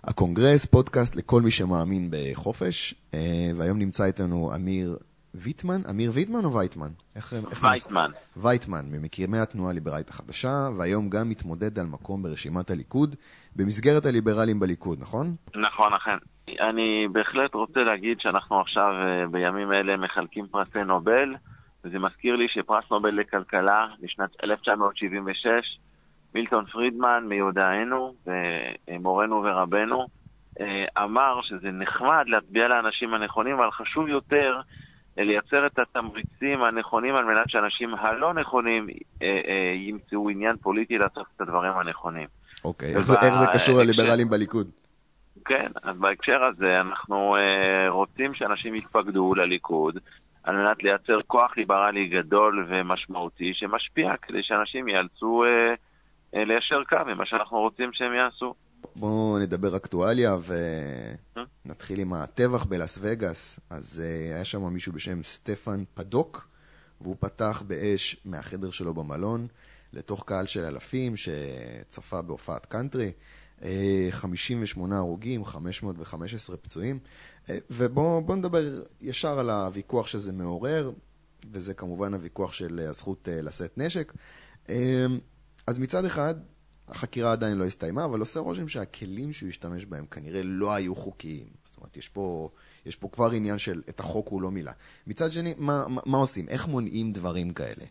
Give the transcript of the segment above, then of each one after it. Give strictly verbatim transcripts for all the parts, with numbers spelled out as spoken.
הקונגרס, פודקאסט לכל מי שמאמין בחופש, והיום נמצא איתנו אמיר ויטמן, אמיר ויטמן או וייטמן? וייטמן. וייטמן, ממקימי התנועה הליברלית החדשה, והיום גם מתמודד על מקום ברשימת הליכוד, במסגרת הליברלים בליכוד, נכון? נכון, נכון. אני בהחלט רוצה להגיד שאנחנו עכשיו בימים אלה מחלקים פרסי נובל, וזה מזכיר לי שפרס נובל לכלכלה לשנת אלף תשע מאות שבעים ושש, מילטון פרידמן מיודענו ומורנו ורבנו אמר שזה נחמד להצביע לאנשים הנכונים, אבל חשוב יותר לייצר את התמריצים הנכונים על מנת שאנשים הלא נכונים ימצאו עניין פוליטי לעשות את הדברים הנכונים. אוקיי, איך זה קשור לליברלים בליכוד? כן, אז בהקשר הזה אנחנו רוצים שאנשים יתפקדו לליכוד על מנת לייצר כוח ליברלי גדול ומשמעותי שמשפיע כדי שאנשים יאלצו ליישר קו ממה שאנחנו רוצים שהם יעשו. בואו נדבר אקטואליה ונתחיל עם הטבח בלאס וגאס. אז היה שם מישהו בשם סטפן פדוק, והוא פתח באש מהחדר שלו במלון לתוך קהל של אלפים שצפה בהופעת קאנטרי. חמישים ושמונה הרוגים, חמש מאות וחמש עשרה פצועים. ובואו נדבר ישר על הוויכוח שזה מעורר, וזה כמובן הוויכוח של הזכות לשאת נשק. אז מצד אחד, החקירה עדיין לא הסתיימה, אבל עושה רושם שהכלים שהוא השתמש בהם כנראה לא היו חוקיים. זאת אומרת, יש פה, יש פה כבר עניין של את החוק הוא לא מילה. מצד שני, מה, מה, מה עושים? איך מונעים דברים כאלה?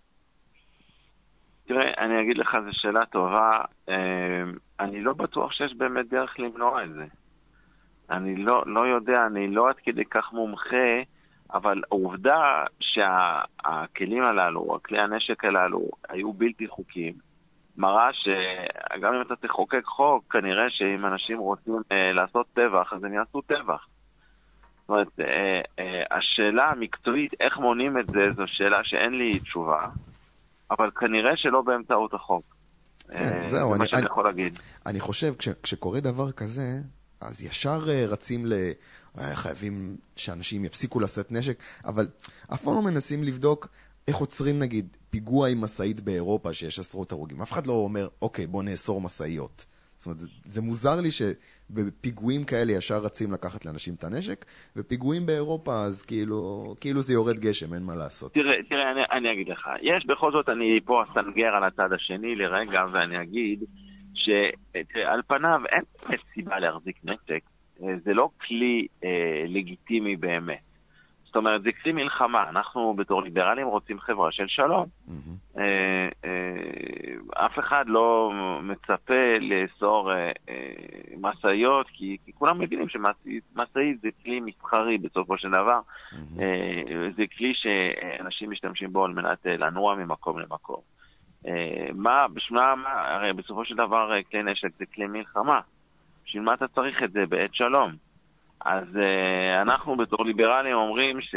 תראה, אני אגיד לך, זו שאלה טובה. אני לא בטוח שיש באמת דרך למנוע את זה. אני לא, לא יודע, אני לא עד כדי כך מומחה, אבל העובדה שהכלים הללו, הכלי הנשק הללו, היו בלתי חוקיים, מראה שגם אם אתה תחוקק חוק, כנראה שאם אנשים רוצים לעשות טבח, אז הם יעשו טבח. זאת אומרת, השאלה המקצועית, איך מונים את זה, זו שאלה שאין לי תשובה, אבל כנראה שלא באמצעות החוק. כן, זהו, זה מה אני, שאני אני, יכול להגיד. אני חושב, כש, כשקורה דבר כזה, אז ישר רצים ל... חייבים שאנשים יפסיקו לשאת נשק, אבל אף פעם לא מנסים לבדוק איך עוצרים נגיד פיגוע עם מסעית באירופה שיש עשרות הרוגים. אף אחד לא אומר, אוקיי, בוא נאסור מסעיות. זאת אומרת, זה, זה מוזר לי שבפיגועים כאלה ישר רצים לקחת לאנשים את הנשק, ופיגועים באירופה אז כאילו, כאילו זה יורד גשם, אין מה לעשות. תראה, תראה, אני, אני אגיד לך, יש בכל זאת, אני פה אסנגר על הצד השני לרגע, ואני אגיד שעל פניו אין סיבה להחזיק נשק. זה לא כלי אה, לגיטימי באמת. זאת אומרת, זה כלי מלחמה. אנחנו בתור ליברלים רוצים חברה של שלום. Mm-hmm. אה, אה, אף אחד לא מצפה לאסור אה, אה, מסעיות, כי, כי כולם מבינים שמסעית זה כלי מסחרי בסופו של דבר. Mm-hmm. אה, זה כלי שאנשים משתמשים בו על מנת לנוע ממקום למקום. אה, מה, בשמה, מה, הרי בסופו של דבר כלי נשק זה כלי מלחמה. בשביל מה אתה צריך את זה בעת שלום? אז uh, אנחנו בתור ליברלים אומרים שיש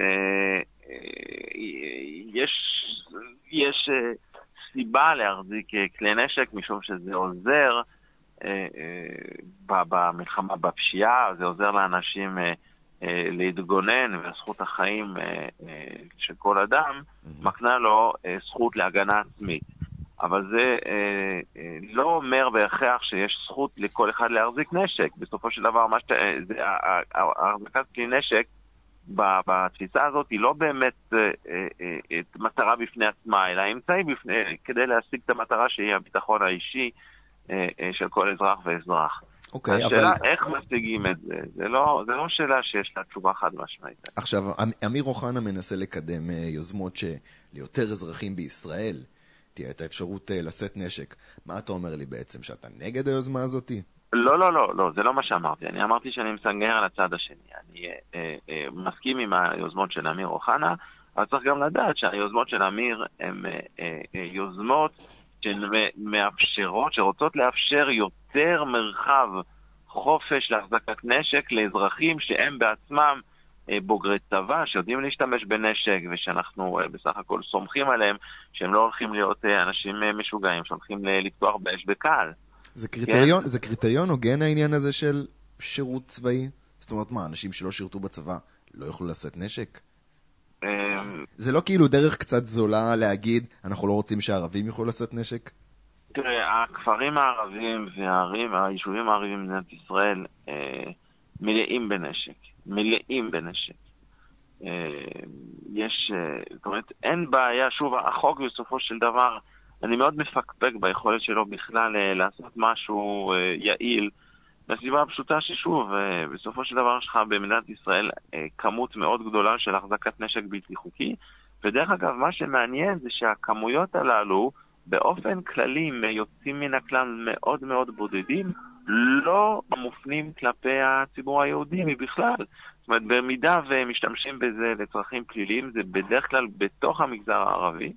uh, יש uh, סיבה להחזיק uh, כלי נשק, משום שזה עוזר uh, uh, במלחמה בפשיעה, זה עוזר לאנשים uh, uh, להתגונן, וזכות החיים uh, uh, של כל אדם מקנה לו uh, זכות להגנה עצמית. אבל זה אה, אה, לא אומר בהכרח שיש זכות לכל אחד להחזיק נשק. בסופו של דבר, מה ש... זה, ההחזקת כלי נשק בתפיסה הזאת היא לא באמת אה, אה, אה, מטרה בפני עצמה, אלא אמצעי בפני, כדי להשיג את המטרה שהיא הביטחון האישי אה, אה, של כל אזרח ואזרח. אוקיי, השאלה אבל... איך משיגים את זה, זה לא, זה לא שאלה שיש לה תשובה חד משמעית. עכשיו, אמיר אוחנה מנסה לקדם יוזמות שליותר אזרחים בישראל תהיה את האפשרות לשאת נשק. מה אתה אומר לי בעצם? שאתה נגד היוזמה הזאת? לא, לא, לא, לא, זה לא מה שאמרתי. אני אמרתי שאני מסנגר על הצד השני. אני אה, אה, מסכים עם היוזמות של אמיר אוחנה, אבל צריך גם לדעת שהיוזמות של אמיר הן אה, אה, יוזמות שמאפשרות, שרוצות לאפשר יותר מרחב חופש להחזקת נשק לאזרחים שהם בעצמם בוגרי צבא, שיודעים להשתמש בנשק, ושאנחנו בסך הכל סומכים עליהם, שהם לא הולכים להיות אנשים משוגעים, שהולכים לפתוח באש בקהל. זה קריטריון, כן? זה קריטריון הוגן העניין הזה של שירות צבאי? זאת אומרת מה, אנשים שלא שירתו בצבא לא יוכלו לשאת נשק? זה לא כאילו דרך קצת זולה להגיד, אנחנו לא רוצים שהערבים יוכלו לשאת נשק? תראה, הכפרים הערבים והערים, היישובים הערבים במדינת ישראל אה, מלאים בנשק, מלאים בנשק. אה, יש, אה, זאת אומרת, אין בעיה, שוב, החוק בסופו של דבר, אני מאוד מפקפק ביכולת שלו בכלל אה, לעשות משהו אה, יעיל, מהסיבה הפשוטה ששוב, אה, בסופו של דבר שלך במדינת ישראל אה, כמות מאוד גדולה של החזקת נשק בלתי חוקי, ודרך אגב, מה שמעניין זה שהכמויות הללו, באופן כללי, יוצאים מן הכלל מאוד מאוד בודדים, לא מופנים כלפי הציבור היהודי מבכלל. זאת אומרת, במידה ומשתמשים בזה לצרכים פליליים, זה בדרך כלל בתוך המגזר הערבי,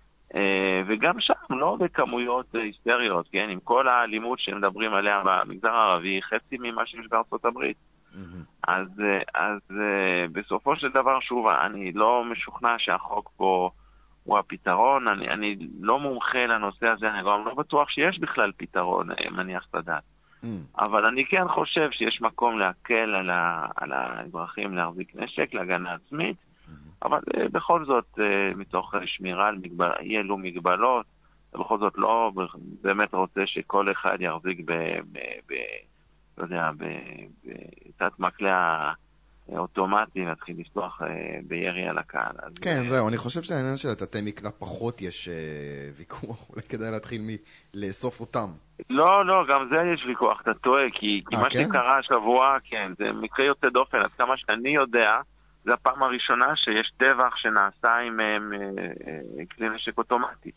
וגם שם לא בכמויות היסטריות, כן? עם כל האלימות שמדברים עליה במגזר הערבי, חצי ממה שיש בארצות הברית. אז, אז בסופו של דבר, שוב, אני לא משוכנע שהחוק פה הוא הפתרון, אני, אני לא מומחה לנושא הזה, אני גם לא בטוח שיש בכלל פתרון, מניח את הדעת. Mm. אבל אני כן חושב שיש מקום להקל על, ה, על האזרחים להחזיק נשק, להגנה עצמית, mm-hmm. אבל בכל זאת, מתוך שמירה על מגבל, אי אלו מגבלות, ובכל זאת לא באמת רוצה שכל אחד יחזיק ב... ב, ב לא יודע, בתת מקלע אוטומטי, להתחיל לפתוח בירי על הקהל. כן, זהו, אני חושב שהעניין של התתי מקלע פחות יש ויכוח, אולי כדאי להתחיל מלאסוף אותם. לא, לא, גם זה יש ויכוח, אתה טועה, כי מה שקרה השבוע, כן, זה מקרה יוצא דופן, אז כמה שאני יודע, זה הפעם הראשונה שיש טבח שנעשה עם כלי נשק אוטומטי.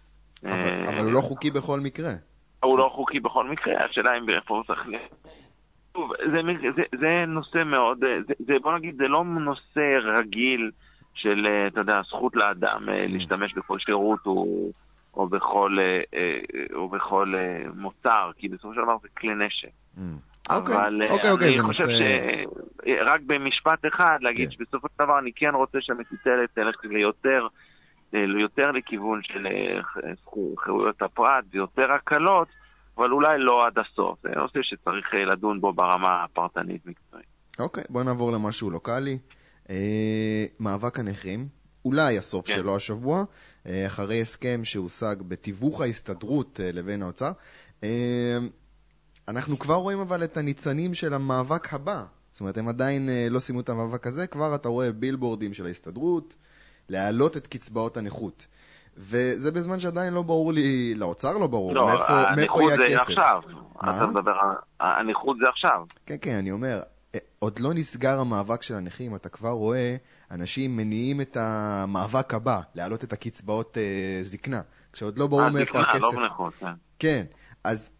אבל הוא לא חוקי בכל מקרה. הוא לא חוקי בכל מקרה, השאלה אם איפה הוא צריך... זה, זה, זה נושא מאוד, זה, זה, בוא נגיד, זה לא נושא רגיל של, אתה יודע, זכות לאדם להשתמש בכל שירות או, או בכל, או בכל מוצר, כי בסופו של דבר זה כלי נשק. אבל אני חושב שרק במשפט אחד להגיד שבסופו של דבר אני כן רוצה שהמטוטלת תלך ליותר, ליותר לכיוון של חירויות הפרט ויותר הקלות, אבל אולי לא עד הסוף. זה נושא שצריך לדון בו ברמה הפרטנית מקצועית. אוקיי, בוא נעבור למשהו לוקלי. אה, מאבק הנכים, אולי הסוף כן. שלו השבוע, אה, אחרי הסכם שהושג בתיווך ההסתדרות אה, לבין האוצר. אה, אנחנו כבר רואים אבל את הניצנים של המאבק הבא. זאת אומרת, הם עדיין אה, לא שימו את המאבק הזה, כבר אתה רואה בילבורדים של ההסתדרות, להעלות את קצבאות הנכות. וזה בזמן שעדיין לא ברור לי, לאוצר לא ברור, לא, מאיפה, מאיפה יהיה הכסף. הנכות זה עכשיו. אתה מדבר, הנכות זה עכשיו. כן, כן, אני אומר, עוד לא נסגר המאבק של הנכים, אתה כבר רואה אנשים מניעים את המאבק הבא, להעלות את הקצבאות אה, זקנה, כשעוד לא ברור מאיפה הכסף. זקנה, לא בנכות, כן. כן, אז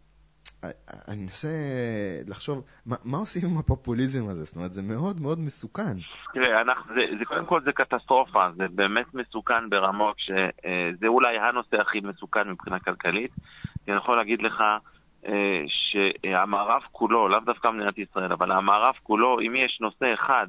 אני מנסה לחשוב, מה, מה עושים עם הפופוליזם הזה? זאת אומרת, זה מאוד מאוד מסוכן. תראה, אנחנו, זה, זה, קודם כל זה קטסטרופה, זה באמת מסוכן ברמות שזה אולי הנושא הכי מסוכן מבחינה כלכלית. אני יכול להגיד לך שהמערב כולו, לאו דווקא מדינת ישראל, אבל המערב כולו, אם יש נושא אחד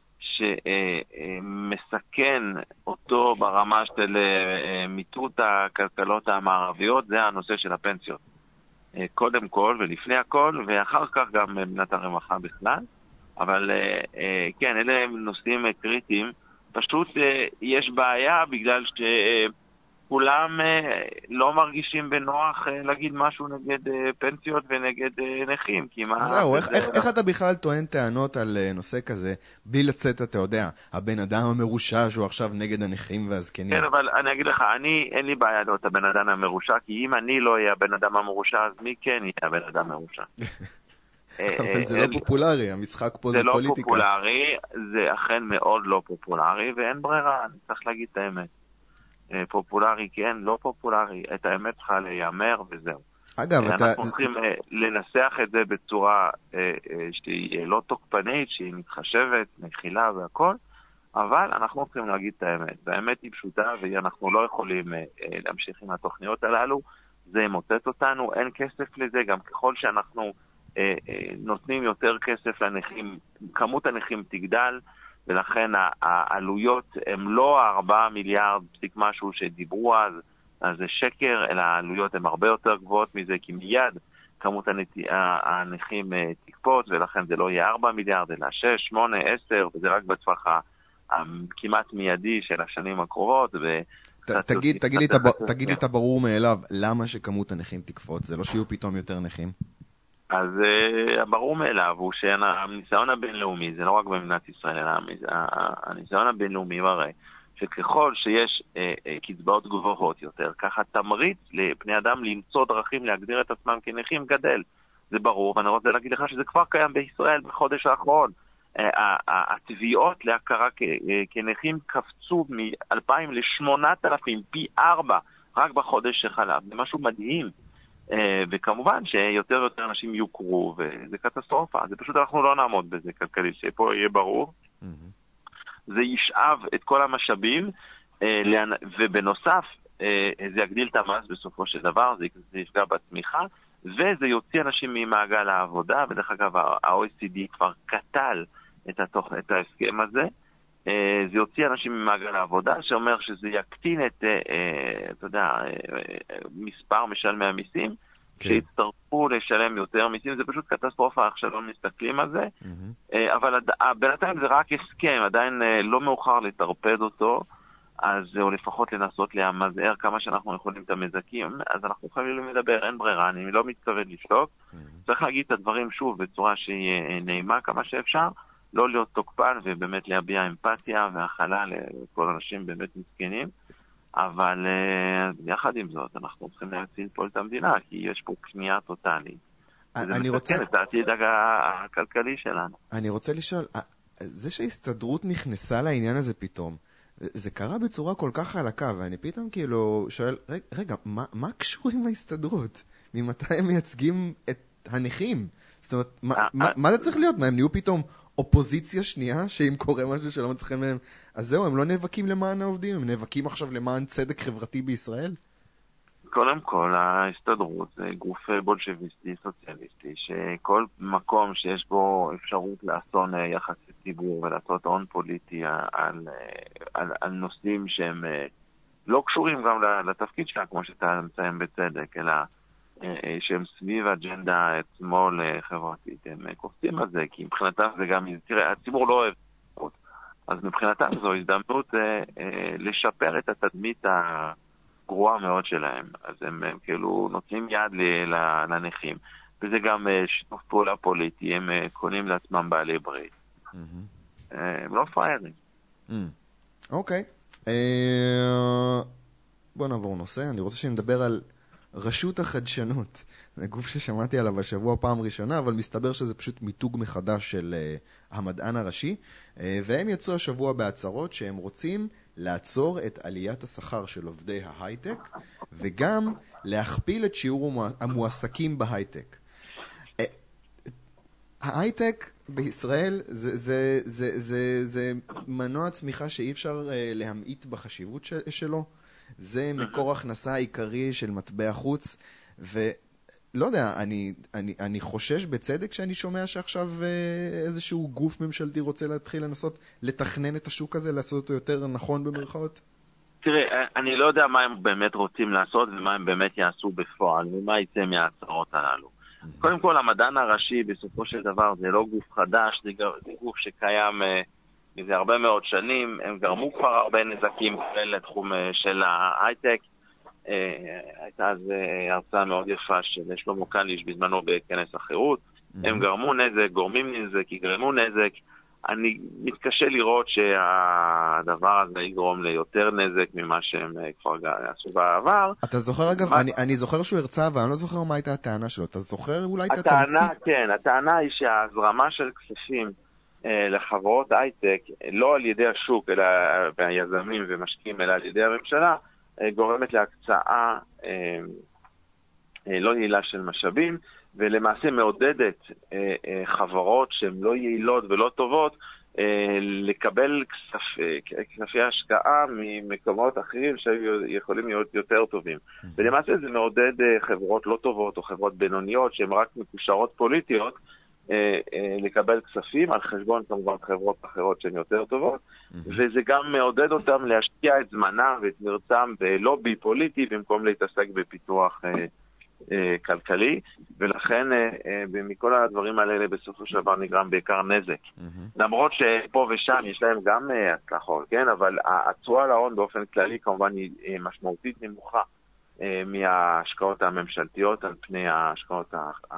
שמסכן אותו ברמה של מיטוט הכלכלות המערביות, זה הנושא של הפנסיות. קודם כל ולפני הכל, ואחר כך גם מדינת הרווחה בכלל. אבל כן, אלה הם נושאים קריטיים. פשוט יש בעיה בגלל שכולם לא מרגישים בנוח להגיד משהו נגד פנסיות ונגד נכים. זהו, איך, איך, איך אתה בכלל טוען טענות על נושא כזה, בלי לצאת, אתה יודע, הבן אדם המרושע שהוא עכשיו נגד הנכים והזקנים? כן, אבל אני אגיד לך, אני, אין לי בעיה להיות הבן אדם המרושע, כי אם אני לא אהיה הבן אדם המרושע, אז מי כן יהיה הבן אדם המרושע? אבל זה לא פופולרי, המשחק פה זה פוליטיקה. זה לא פופולרי, זה אכן מאוד לא פופולרי, ואין ברירה, אני צריך להגיד את האמת. פופולרי כן, לא פופולרי, את האמת צריכה להיאמר וזהו. אגב, אנחנו אתה... צריכים לנסח את זה בצורה שהיא לא תוקפנית, שהיא מתחשבת, מכילה והכל, אבל אנחנו צריכים להגיד את האמת. והאמת היא פשוטה, ואנחנו לא יכולים להמשיך עם התוכניות הללו, זה מוצאת אותנו, אין כסף לזה, גם ככל שאנחנו נותנים יותר כסף לנכים, כמות הנכים תגדל, ולכן העלויות הן לא ארבעה מיליארד פסיק משהו שדיברו אז, אז זה שקר, אלא העלויות הן הרבה יותר גבוהות מזה, כי מיד כמות הנכים תקפוץ, ולכן זה לא יהיה ארבעה מיליארד, אלא שש, שמונה, עשר, וזה רק בטווח הכמעט מיידי של השנים הקרובות. ו... תגיד לי את הברור מאליו, למה שכמות הנכים תקפוץ? זה לא שיהיו פתאום יותר נכים? אז הברור מאליו הוא שהניסיון הבינלאומי, זה לא רק במדינת ישראל, אלא הניסיון הבינלאומי מראה שככל שיש קצבאות גבוהות יותר, ככה תמריץ לבני אדם למצוא דרכים להגדיר את עצמם כנכים גדל. זה ברור, ואני רוצה להגיד לך שזה כבר קיים בישראל בחודש האחרון. התביעות להכרה כנכים קפצו מ-אלפיים ל-שמונת אלפים, פי ארבע, רק בחודש שחלף. זה משהו מדהים. וכמובן שיותר ויותר אנשים יוכרו, וזה קטסטרופה. זה פשוט אנחנו לא נעמוד בזה כלכלית, שפה יהיה ברור. זה ישאב את כל המשאבים, ובנוסף, זה יגדיל את המס בסופו של דבר, זה יפגע בצמיחה, וזה יוציא אנשים ממעגל העבודה, ודרך אגב, ה-או אי סי די כבר קטל את, התוך, את ההסכם הזה, זה יוציא אנשים ממעגל העבודה, שאומר שזה יקטין את, אתה יודע, מספר משלמי המיסים, שיצטרכו לשלם יותר מיסים, זה פשוט קטסטרופה, איך שלא מסתכלים על זה, אבל בינתיים זה רק הסכם, עדיין לא מאוחר לטרפד אותו, אז או לפחות לנסות להמזער כמה שאנחנו יכולים את המזקים, אז אנחנו חייבים לדבר, אין ברירה, אני לא מתכוון לשתוק, צריך להגיד את הדברים שוב בצורה שהיא נעימה כמה שאפשר, לא להיות תוקפן ובאמת להביע אמפתיה והכלה לכל אנשים באמת מסכנים, אבל יחד עם זאת אנחנו צריכים להציל פה את המדינה, כי יש פה קנייה טוטלית. זה מסכן את העתיד הכלכלי שלנו. אני רוצה לשאול, זה שההסתדרות נכנסה לעניין הזה פתאום, זה קרה בצורה כל כך חלקה, ואני פתאום כאילו שואל, רגע, מה, מה קשור עם ההסתדרות? ממתי הם מייצגים את הנכים? זאת אומרת, מה, מה, מה זה צריך להיות? מה, הם נהיו פתאום אופוזיציה שנייה, שאם קורה משהו שלא מצליחים מהם, אז זהו, הם לא נאבקים למען העובדים, הם נאבקים עכשיו למען צדק חברתי בישראל? קודם כל, ההסתדרות זה גוף בולשביסטי, סוציאליסטי, שכל מקום שיש בו אפשרות לאסון יחסי ציבור ולעשות הון פוליטי על, על, על נושאים שהם לא קשורים גם לתפקיד שלה, כמו שאתה מציין בצדק, אלא שהם סביב אג'נדה שמאל חברתית. הם קופצים על זה, כי מבחינתם זה גם, תראה, הציבור לא אוהב, אז מבחינתם זו הזדמנות לשפר את התדמית ה... גרועה מאוד שלהם, אז הם, הם כאילו נותנים יד לנכים, וזה גם שיתוף פעולה פוליטי, הם קונים לעצמם בעלי ברית. Mm-hmm. הם לא פריירים. אוקיי. בוא נעבור נושא, אני רוצה שנדבר על רשות החדשנות. זה גוף ששמעתי עליו השבוע פעם ראשונה, אבל מסתבר שזה פשוט מיתוג מחדש של המדען הראשי, והם יצאו השבוע בהצהרות שהם רוצים לעצור את עליית השכר של עובדי ההייטק, וגם להכפיל את שיעור המועסקים בהייטק. ההייטק בישראל זה, זה, זה, זה, זה מנוע צמיחה שאי אפשר להמעיט בחשיבות שלו. זה מקור הכנסה העיקרי של מטבע חוץ, ולא יודע, אני, אני, אני חושש בצדק שאני שומע שעכשיו איזשהו גוף ממשלתי רוצה להתחיל לנסות לתכנן את השוק הזה, לעשות אותו יותר נכון במרכאות. תראה, אני לא יודע מה הם באמת רוצים לעשות ומה הם באמת יעשו בפועל, ומה יצא מההצהרות הללו. קודם כל, המדען הראשי בסופו של דבר זה לא גוף חדש, זה גוף שקיים מזה הרבה מאוד שנים, הם גרמו כבר הרבה נזקים לתחום של ההייטק. הייתה אז הרצאה מאוד יפה של שלמה קליש בזמנו בכנס החירות. הם גרמו נזק, גורמים נזק, יגרמו נזק. אני מתקשה לראות שהדבר הזה יגרום ליותר נזק ממה שהם כבר עשו בעבר. אתה זוכר אגב, אני, אני זוכר שהוא הרצה, אבל אני לא זוכר מה הייתה הטענה שלו. אתה זוכר אולי את התמצית? הטענה, כן, הטענה היא שההזרמה של כספים לחברות הייטק, לא על ידי השוק, אלא ביזמים ומשקיעים, אלא על ידי הממשלה, גורמת להקצאה לא יעילה של משאבים, ולמעשה מעודדת חברות שהן לא יעילות ולא טובות, לקבל כספי השקעה ממקומות אחרים שיכולים להיות יותר טובים. ולמעשה זה מעודד חברות לא טובות או חברות בינוניות שהן רק מקושרות פוליטיות, לקבל כספים על חשבון כמובן חברות אחרות שהן יותר טובות, וזה גם מעודד אותם להשקיע את זמנם ואת מרצם בלובי פוליטי במקום להתעסק בפיתוח כלכלי, ולכן מכל הדברים האלה בסופו של דבר נגרם בעיקר נזק. למרות שפה ושם יש להם גם הצלחות, כן? אבל התשואה להון באופן כללי כמובן היא משמעותית נמוכה מההשקעות הממשלתיות על פני ההשקעות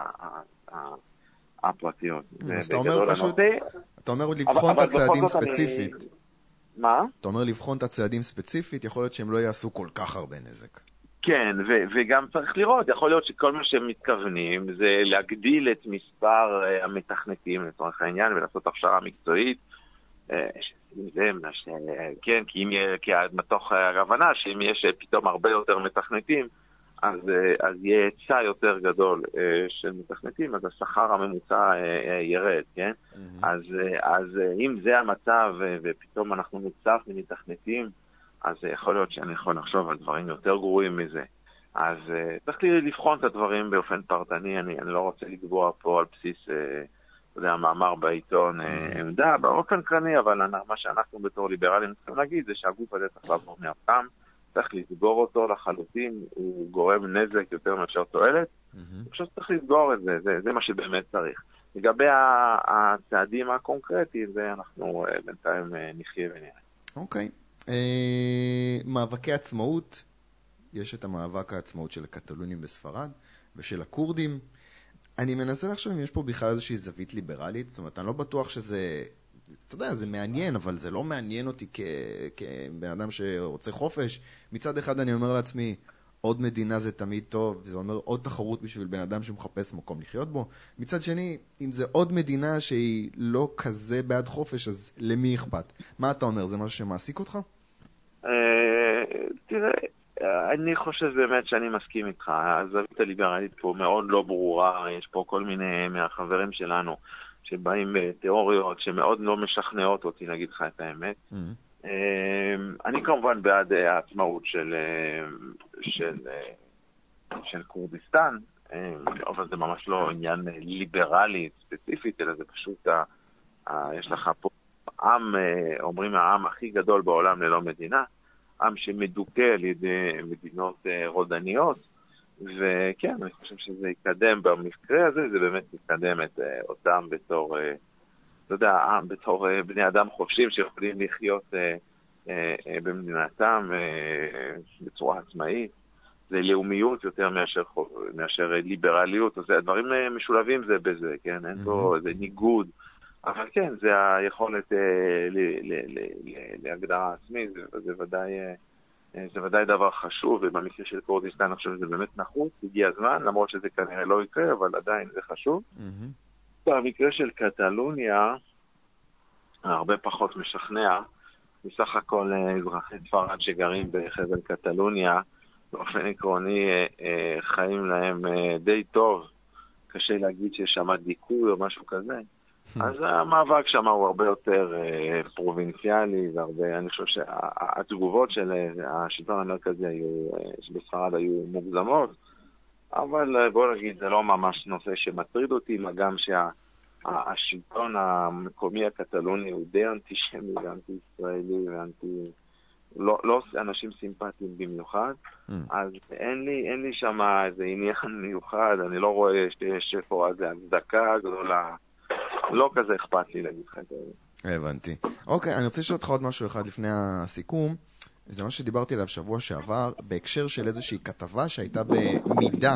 הפרטיות. אז אתה אומר פשוט, אתה אומר לבחון את הצעדים ספציפית. מה? אתה אומר לבחון את הצעדים ספציפית, יכול להיות שהם לא יעשו כל כך הרבה נזק. כן, ו- וגם צריך לראות, יכול להיות שכל מה שהם מתכוונים זה להגדיל את מספר uh, המתכנתים לצורך העניין ולעשות הכשרה מקצועית. Uh, זה, ש- כן, כי, אם, כי מתוך ההבנה שאם יש פתאום הרבה יותר מתכנתים, אז, uh, אז יהיה היצע יותר גדול uh, של מתכנתים, אז השכר הממוצע uh, uh, ירד, כן? Mm-hmm. אז, uh, אז uh, אם זה המצב uh, ופתאום אנחנו נוצף ממתכנתים, אז יכול להיות שאני יכול לחשוב על דברים יותר גרועים מזה. אז uh, צריך לי לבחון את הדברים באופן פרטני, אני, אני לא רוצה לקבוע פה על בסיס, uh, אתה יודע, מאמר בעיתון uh, עמדה, באופן כללי, אבל מה שאנחנו בתור ליברלים צריכים להגיד, זה שהגוף הזה צריך לעבור מהפעם, צריך לסגור אותו לחלוטין, הוא גורם נזק יותר מאשר תועלת, mm-hmm. פשוט צריך לסגור את זה, זה, זה מה שבאמת צריך. לגבי הצעדים הקונקרטיים, זה אנחנו uh, בינתיים uh, נחיה ונראה. אוקיי. Okay. Uh, מאבקי עצמאות, יש את המאבק העצמאות של הקטלונים בספרד ושל הקורדים. אני מנסה לחשוב אם יש פה בכלל איזושהי זווית ליברלית, זאת אומרת, אני לא בטוח שזה, אתה יודע, זה מעניין, אבל זה לא מעניין אותי כ, כבן אדם שרוצה חופש. מצד אחד אני אומר לעצמי, עוד מדינה זה תמיד טוב, זה אומר עוד תחרות בשביל בן אדם שמחפש מקום לחיות בו. מצד שני, אם זה עוד מדינה שהיא לא כזה בעד חופש, אז למי אכפת? מה אתה אומר? זה משהו שמעסיק אותך? תראה, אני חושב באמת שאני מסכים איתך. הזווית הליברלית פה מאוד לא ברורה. יש פה כל מיני מהחברים שלנו שבאים בתיאוריות שמאוד לא משכנעות אותי, נגיד לך את האמת. אני כמובן בעד העצמאות של, של, של קורדיסטן, אבל זה ממש לא עניין ליברלי ספציפית, אלא זה פשוט, יש לך פה עם, אומרים העם הכי גדול בעולם ללא מדינה, עם שמדוכא על ידי מדינות רודניות, וכן, אני חושב שזה יקדם במקרה הזה, זה באמת יקדם את אותם בתור, אתה יודע, עם בתור בני אדם חופשים שיכולים לחיות במדינתם בצורה עצמאית. זה לאומיות יותר מאשר, מאשר ליברליות, אז הדברים משולבים זה בזה, כן? אין פה איזה ניגוד. אבל כן, זה היכולת להגדרה עצמית, זה ודאי, זה ודאי דבר חשוב, ובמקרה של קורדיסטן אני חושב שזה באמת נחוץ, הגיע הזמן, למרות שזה כנראה לא יקרה, אבל עדיין זה חשוב. במקרה של קטלוניה, הרבה פחות משכנע, בסך הכל אזרחי ספרד שגרים בחבל קטלוניה, באופן עקרוני חיים להם די טוב, קשה להגיד שיש שם דיכוי או משהו כזה. אז המאבק שם הוא הרבה יותר פרובינציאלי, והרבה, אני חושב שהתגובות של השלטון המרכזי היו, שבספרד היו מוגזמות, אבל בוא נגיד, זה לא ממש נושא שמטריד אותי, מה גם שהשלטון המקומי הקטלוני הוא די אנטישמי ואנטי-ישראלי ואנטי... לא, לא אנשים סימפטיים במיוחד, mm. אז אין לי, אין לי שם איזה עניין מיוחד, אני לא רואה שיש פה איזה הצדקה גדולה, לא כזה אכפת לי להגיד לך את זה. הבנתי. אוקיי, אני רוצה לשאול אותך עוד משהו אחד לפני הסיכום, זה מה שדיברתי עליו שבוע שעבר, בהקשר של איזושהי כתבה שהייתה במידה,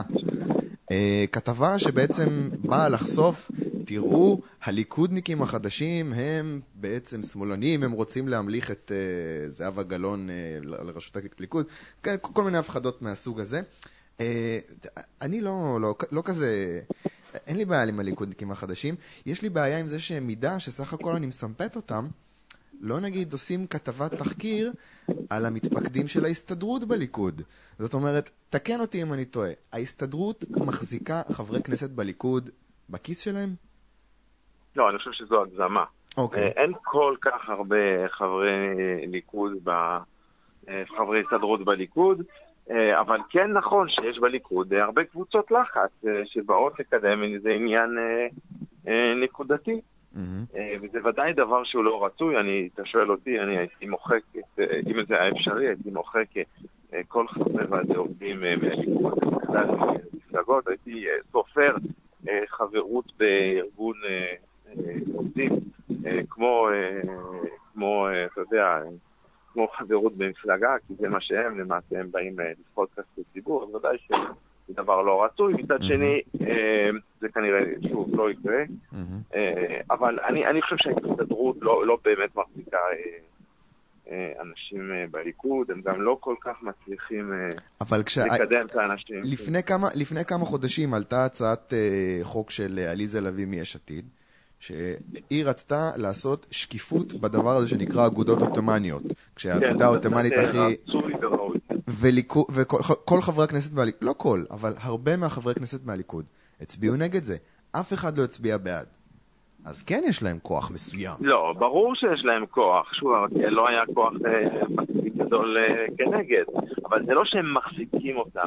כתבה שבעצם באה לחשוף, תראו, הליכודניקים החדשים הם בעצם שמאלנים, הם רוצים להמליך את uh, זהבה גלאון uh, לראשות הליכוד, כל מיני הפחדות מהסוג הזה. Uh, אני לא, לא, לא כזה, אין לי בעיה עם הליכודניקים החדשים, יש לי בעיה עם זה שהם מידה שסך הכל אני מסמפת אותם, לא נגיד עושים כתבת תחקיר על המתפקדים של ההסתדרות בליכוד. זאת אומרת, תקן אותי אם אני טועה, ההסתדרות מחזיקה חברי כנסת בליכוד בכיס שלהם? לא, אני חושב שזו הגזמה. Okay. אין כל כך הרבה חברי ליכוד, חברי הסתדרות בליכוד, אבל כן נכון שיש בליכוד הרבה קבוצות לחץ שבאות לקדם איזה עניין נקודתי. Mm-hmm. וזה ודאי דבר שהוא לא רצוי. אני, אתה שואל אותי, אני הייתי מוחק, אם זה היה אפשרי, הייתי מוחק כל חברי ועדי עובדים מהליכוד, בכלל מפלגות, הייתי סופר חברות בארגון עובדים, כמו, כמו, אתה יודע, כמו חברות במפלגה, כי זה מה שהם, למעשה הם באים לפחות כספי ציבור, אז ודאי שזה דבר לא רצוי. מצד שני, זה כנראה שוב לא יקרה, אבל אני, אני חושב שההסתדרות לא, לא באמת מחזיקה אנשים בליכוד, הם גם לא כל כך מצליחים כשה... לקדם את האנשים. לפני כמה, לפני כמה חודשים עלתה הצעת חוק של עליזה לביא מיש עתיד, שהיא רצתה לעשות שקיפות בדבר הזה שנקרא אגודות אוטומניות. כשהאגודה האוטומנית הכי... וכל חברי הכנסת מהליכוד, לא כל, אבל הרבה מהחברי הכנסת מהליכוד הצביעו נגד זה. אף אחד לא הצביע בעד. אז כן יש להם כוח מסוים. לא, ברור שיש להם כוח. שוב, לא היה כוח מספיק גדול כנגד. אבל זה לא שהם מחזיקים אותם.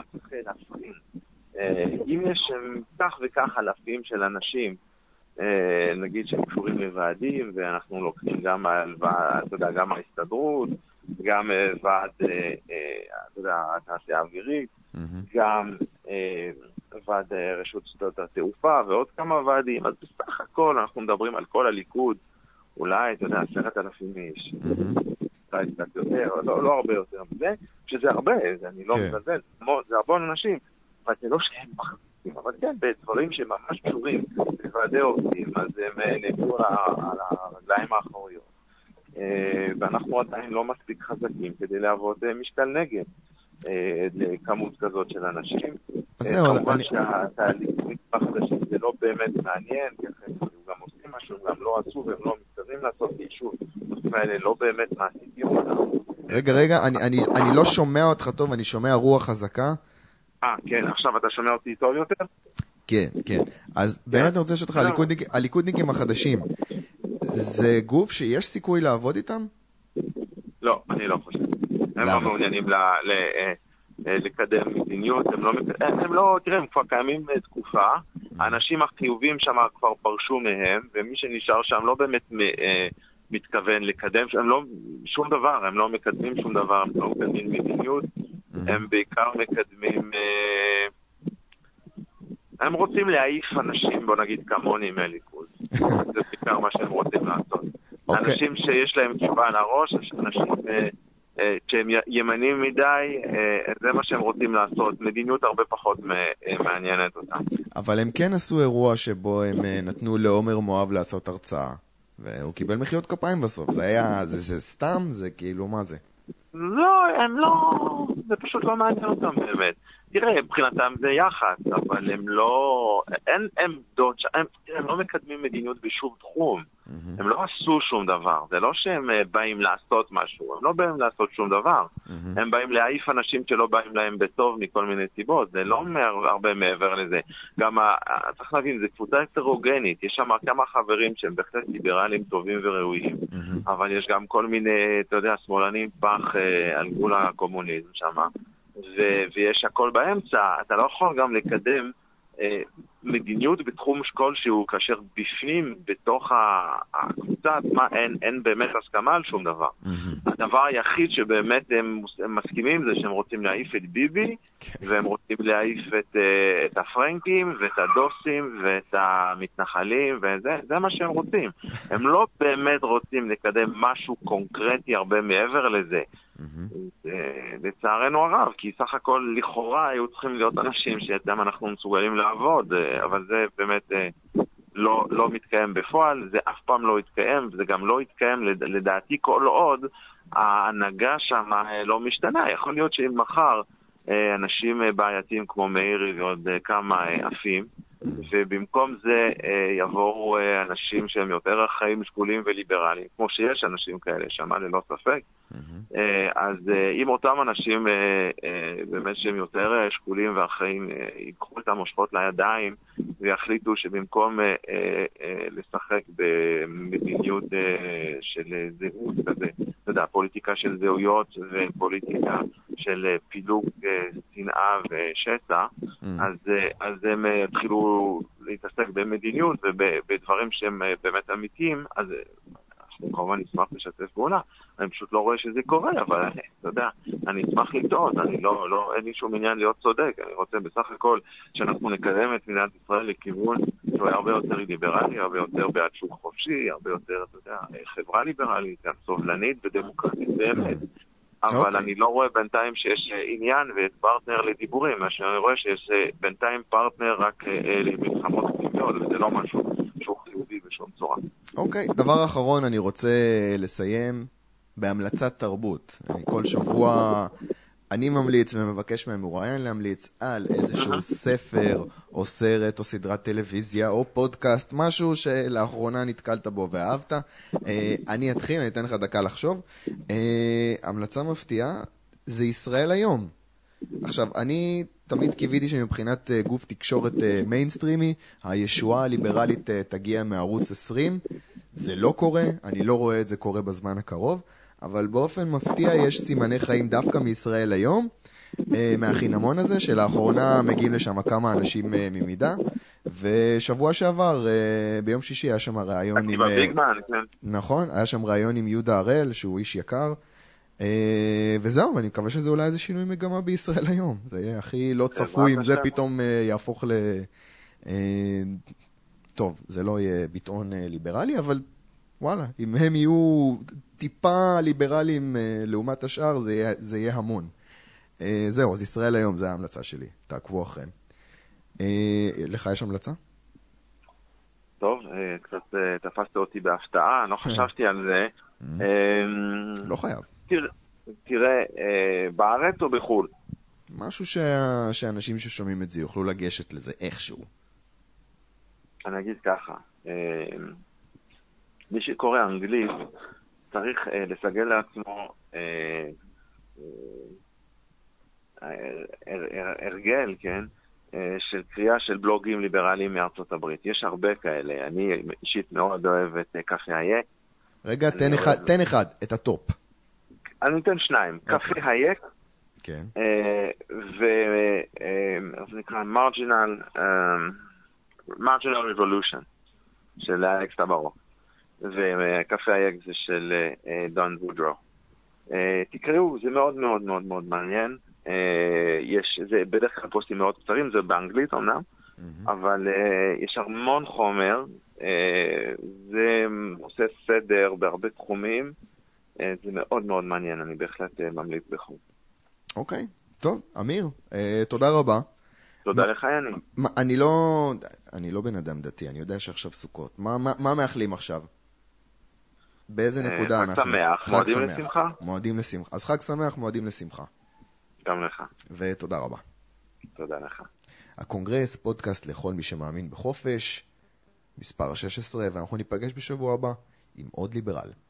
אם יש כך וכך אלפים של אנשים, נגיד שהם קשורים לוועדים, ואנחנו לוקחים גם על, אתה יודע, גם ההסתדרות, גם ועד, אתה יודע, התעשייה האווירית, גם ועד רשות שדות התעופה, ועוד כמה ועדים. אז בסך הכל אנחנו מדברים על כל הליכוד, אולי, אתה יודע, עשרת אלפים איש. אולי קצת יותר, לא, לא הרבה יותר מזה, שזה הרבה, זה אני לא מזלזל, זה הרבה אנשים, אבל זה לא שהם מחזיקים, אבל כן, בדברים שממש קשורים בוועדי עובדים, אז הם נפלו על הרגליים האחוריות. ואנחנו עדיין לא מספיק חזקים כדי לעבוד משקל נגד לכמות כזאת של אנשים. כמובן שהתהליך החדשים זה לא באמת מעניין, כי אחרי הם גם עושים משהו, הם גם לא עשו והם לא מתכוונים לעשות אישור. הנושאים האלה לא באמת מעסיקים אותם. רגע, רגע, אני לא שומע אותך טוב, אני שומע רוח חזקה. אה, כן, עכשיו אתה שומע אותי טוב יותר? כן, כן. אז באמת אני רוצה לשאול אותך, הליכודניקים החדשים, זה גוף שיש סיכוי לעבוד איתם? לא, אני לא חושב. הם לא מעוניינים לקדם מדיניות, הם לא, תראה, הם כבר קיימים תקופה, האנשים החיובים שם כבר פרשו מהם, ומי שנשאר שם לא באמת מתכוון לקדם, הם לא, שום דבר, הם לא מקדמים שום דבר, הם לא מקדמים מדיניות, הם בעיקר מקדמים, הם רוצים להעיף אנשים, בוא נגיד כמוני מהליכוד. זה בעיקר מה שהם רוצים לעשות. אנשים שיש להם כיפה על הראש, אנשים שהם ימנים מדי, זה מה שהם רוצים לעשות. מדיניות הרבה פחות מעניינת אותם. אבל הם כן עשו אירוע שבו הם נתנו לעומר מואב לעשות הרצאה, והוא קיבל מחיאות כפיים בסוף. זה היה, זה, זה סתם? זה כאילו, מה זה? לא, הם לא, זה פשוט לא מעניין אותם באמת. תראה, מבחינתם זה יחד, אבל הם לא, אין עמדות, הם, הם לא מקדמים מדיניות בשום תחום. Mm-hmm. הם לא עשו שום דבר. זה לא שהם באים לעשות משהו, הם לא באים לעשות שום דבר. Mm-hmm. הם באים להעיף אנשים שלא באים להם בטוב מכל מיני סיבות. זה לא אומר הרבה מעבר לזה. גם, צריך להבין, זה קבוצה הטרוגנית. יש שם כמה חברים שהם בהחלט ליברליים טובים וראויים. Mm-hmm. אבל יש גם כל מיני, אתה יודע, שמאלנים פח על גבול הקומוניזם שם. ו- ויש הכל באמצע. אתה לא יכול גם לקדם אה, מדיניות בתחום כלשהו, כאשר בפנים, בתוך הקבוצה עצמה, אין, אין באמת הסכמה על שום דבר. Mm-hmm. הדבר היחיד שבאמת הם, הם מסכימים זה שהם רוצים להעיף את ביבי, okay. והם רוצים להעיף את, אה, את הפרנקים, ואת הדוסים, ואת המתנחלים, וזה זה מה שהם רוצים. הם לא באמת רוצים לקדם משהו קונקרטי הרבה מעבר לזה. לצערנו הרב, כי סך הכל לכאורה היו צריכים להיות אנשים שאתם אנחנו מסוגלים לעבוד, אבל זה באמת לא, לא מתקיים בפועל, זה אף פעם לא יתקיים, וזה גם לא יתקיים לדעתי כל עוד ההנהגה שם לא משתנה. יכול להיות שאם מחר אנשים בעייתיים כמו מאירי ועוד כמה עפים, ובמקום זה יבואו אנשים שהם יותר חיים שקולים וליברליים, כמו שיש אנשים כאלה, שמה ללא ספק. אז אם אותם אנשים באמת שהם יותר שקולים והחיים ייקחו את המושכות לידיים ויחליטו שבמקום לשחק במדיניות של זהות כזה, אתה יודע, פוליטיקה של זהויות ופוליטיקה של פילוג, שנאה ושסע, אז, אז הם התחילו להתעסק במדיניות ובדברים שהם באמת אמיתיים, אז אנחנו כמובן נשמח לשתף פעולה. אני פשוט לא רואה שזה קורה, אבל אני, אתה יודע, אני אשמח לטעות, אני לא, לא, אין לי שום עניין להיות צודק, אני רוצה בסך הכל שאנחנו נקדם את מדינת ישראל לכיוון שהוא הרבה יותר ליברלי, הרבה יותר בעד שוק חופשי, הרבה יותר, אתה יודע, חברה ליברלית, סובלנית ודמוקרטית באמת. אבל אני לא רואה בינתיים שיש עניין ופרטנר לדיבורים, מה שאני רואה שיש בינתיים פרטנר רק למלחמות פנימיות, וזה לא משהו שהוא חיובי בשום צורה. אוקיי, דבר אחרון, אני רוצה לסיים בהמלצת תרבות. אני כל שבוע, אני ממליץ ומבקש מהמרואיין להמליץ על איזשהו ספר או סרט או סדרת טלוויזיה או פודקאסט, משהו שלאחרונה נתקלת בו ואהבת. אני אתחיל, אני אתן לך דקה לחשוב. המלצה מפתיעה זה ישראל היום. עכשיו, אני תמיד קיוויתי שמבחינת גוף תקשורת מיינסטרימי, הישועה הליברלית תגיע מערוץ עשרים. זה לא קורה, אני לא רואה את זה קורה בזמן הקרוב, אבל באופן מפתיע יש סימני חיים דווקא מישראל היום, מהחינמון הזה, שלאחרונה מגיעים לשם כמה אנשים ממידה, ושבוע שעבר, ביום שישי, היה שם רעיון עם... נכון, היה שם רעיון עם יהודה הראל, שהוא איש יקר, וזהו, ואני מקווה שזה אולי איזה שינוי מגמה בישראל היום. זה יהיה הכי לא צפוי אם זה פתאום יהפוך ל... טוב, זה לא יהיה ביטאון ליברלי, אבל וואלה, אם הם יהיו טיפה ליברליים לעומת השאר, זה יהיה, זה יהיה המון. זהו, אז ישראל היום, זה ההמלצה שלי. תעקבו אחריהם. לך יש המלצה? טוב, קצת תפסת אותי בהפתעה, לא חשבתי על זה. לא חייב. תראה, בארץ או בחול? משהו שאנשים ששומעים את זה יוכלו לגשת לזה איכשהו. אני אגיד ככה, מי שקורא אנגלית צריך לסגל לעצמו הרגל, כן, של קריאה של בלוגים ליברליים מארצות הברית. יש הרבה כאלה, אני אישית מאוד אוהב את קפה הייק. רגע, תן אחד, תן אחד, את הטופ. אני אתן שניים, קפה הייק, כן. וזה נקרא מרג'ינל, מרג'ינל ריבולושן של אלכס טברו, וקפה הייק זה של דון וודרו. תקראו, זה מאוד מאוד מאוד מאוד מעניין. יש, זה בדרך כלל פוסטים מאוד קצרים, זה באנגלית אמנם, אבל יש המון חומר, זה עושה סדר בהרבה תחומים, זה מאוד מאוד מעניין, אני בהחלט ממליץ בחור. אוקיי, טוב, אמיר, תודה רבה. תודה לך, יני. אני לא, אני לא בן אדם דתי, אני יודע שעכשיו סוכות. מה, מה, מה מאחלים עכשיו? באיזה נקודה אנחנו? חג שמח, מועדים לשמחה. מועדים לשמחה. אז חג שמח, מועדים לשמחה. גם לך. ותודה רבה. תודה לך. הקונגרס, פודקאסט לכל מי שמאמין בחופש, מספר שש עשרה, ואנחנו ניפגש בשבוע הבא עם עוד ליברל.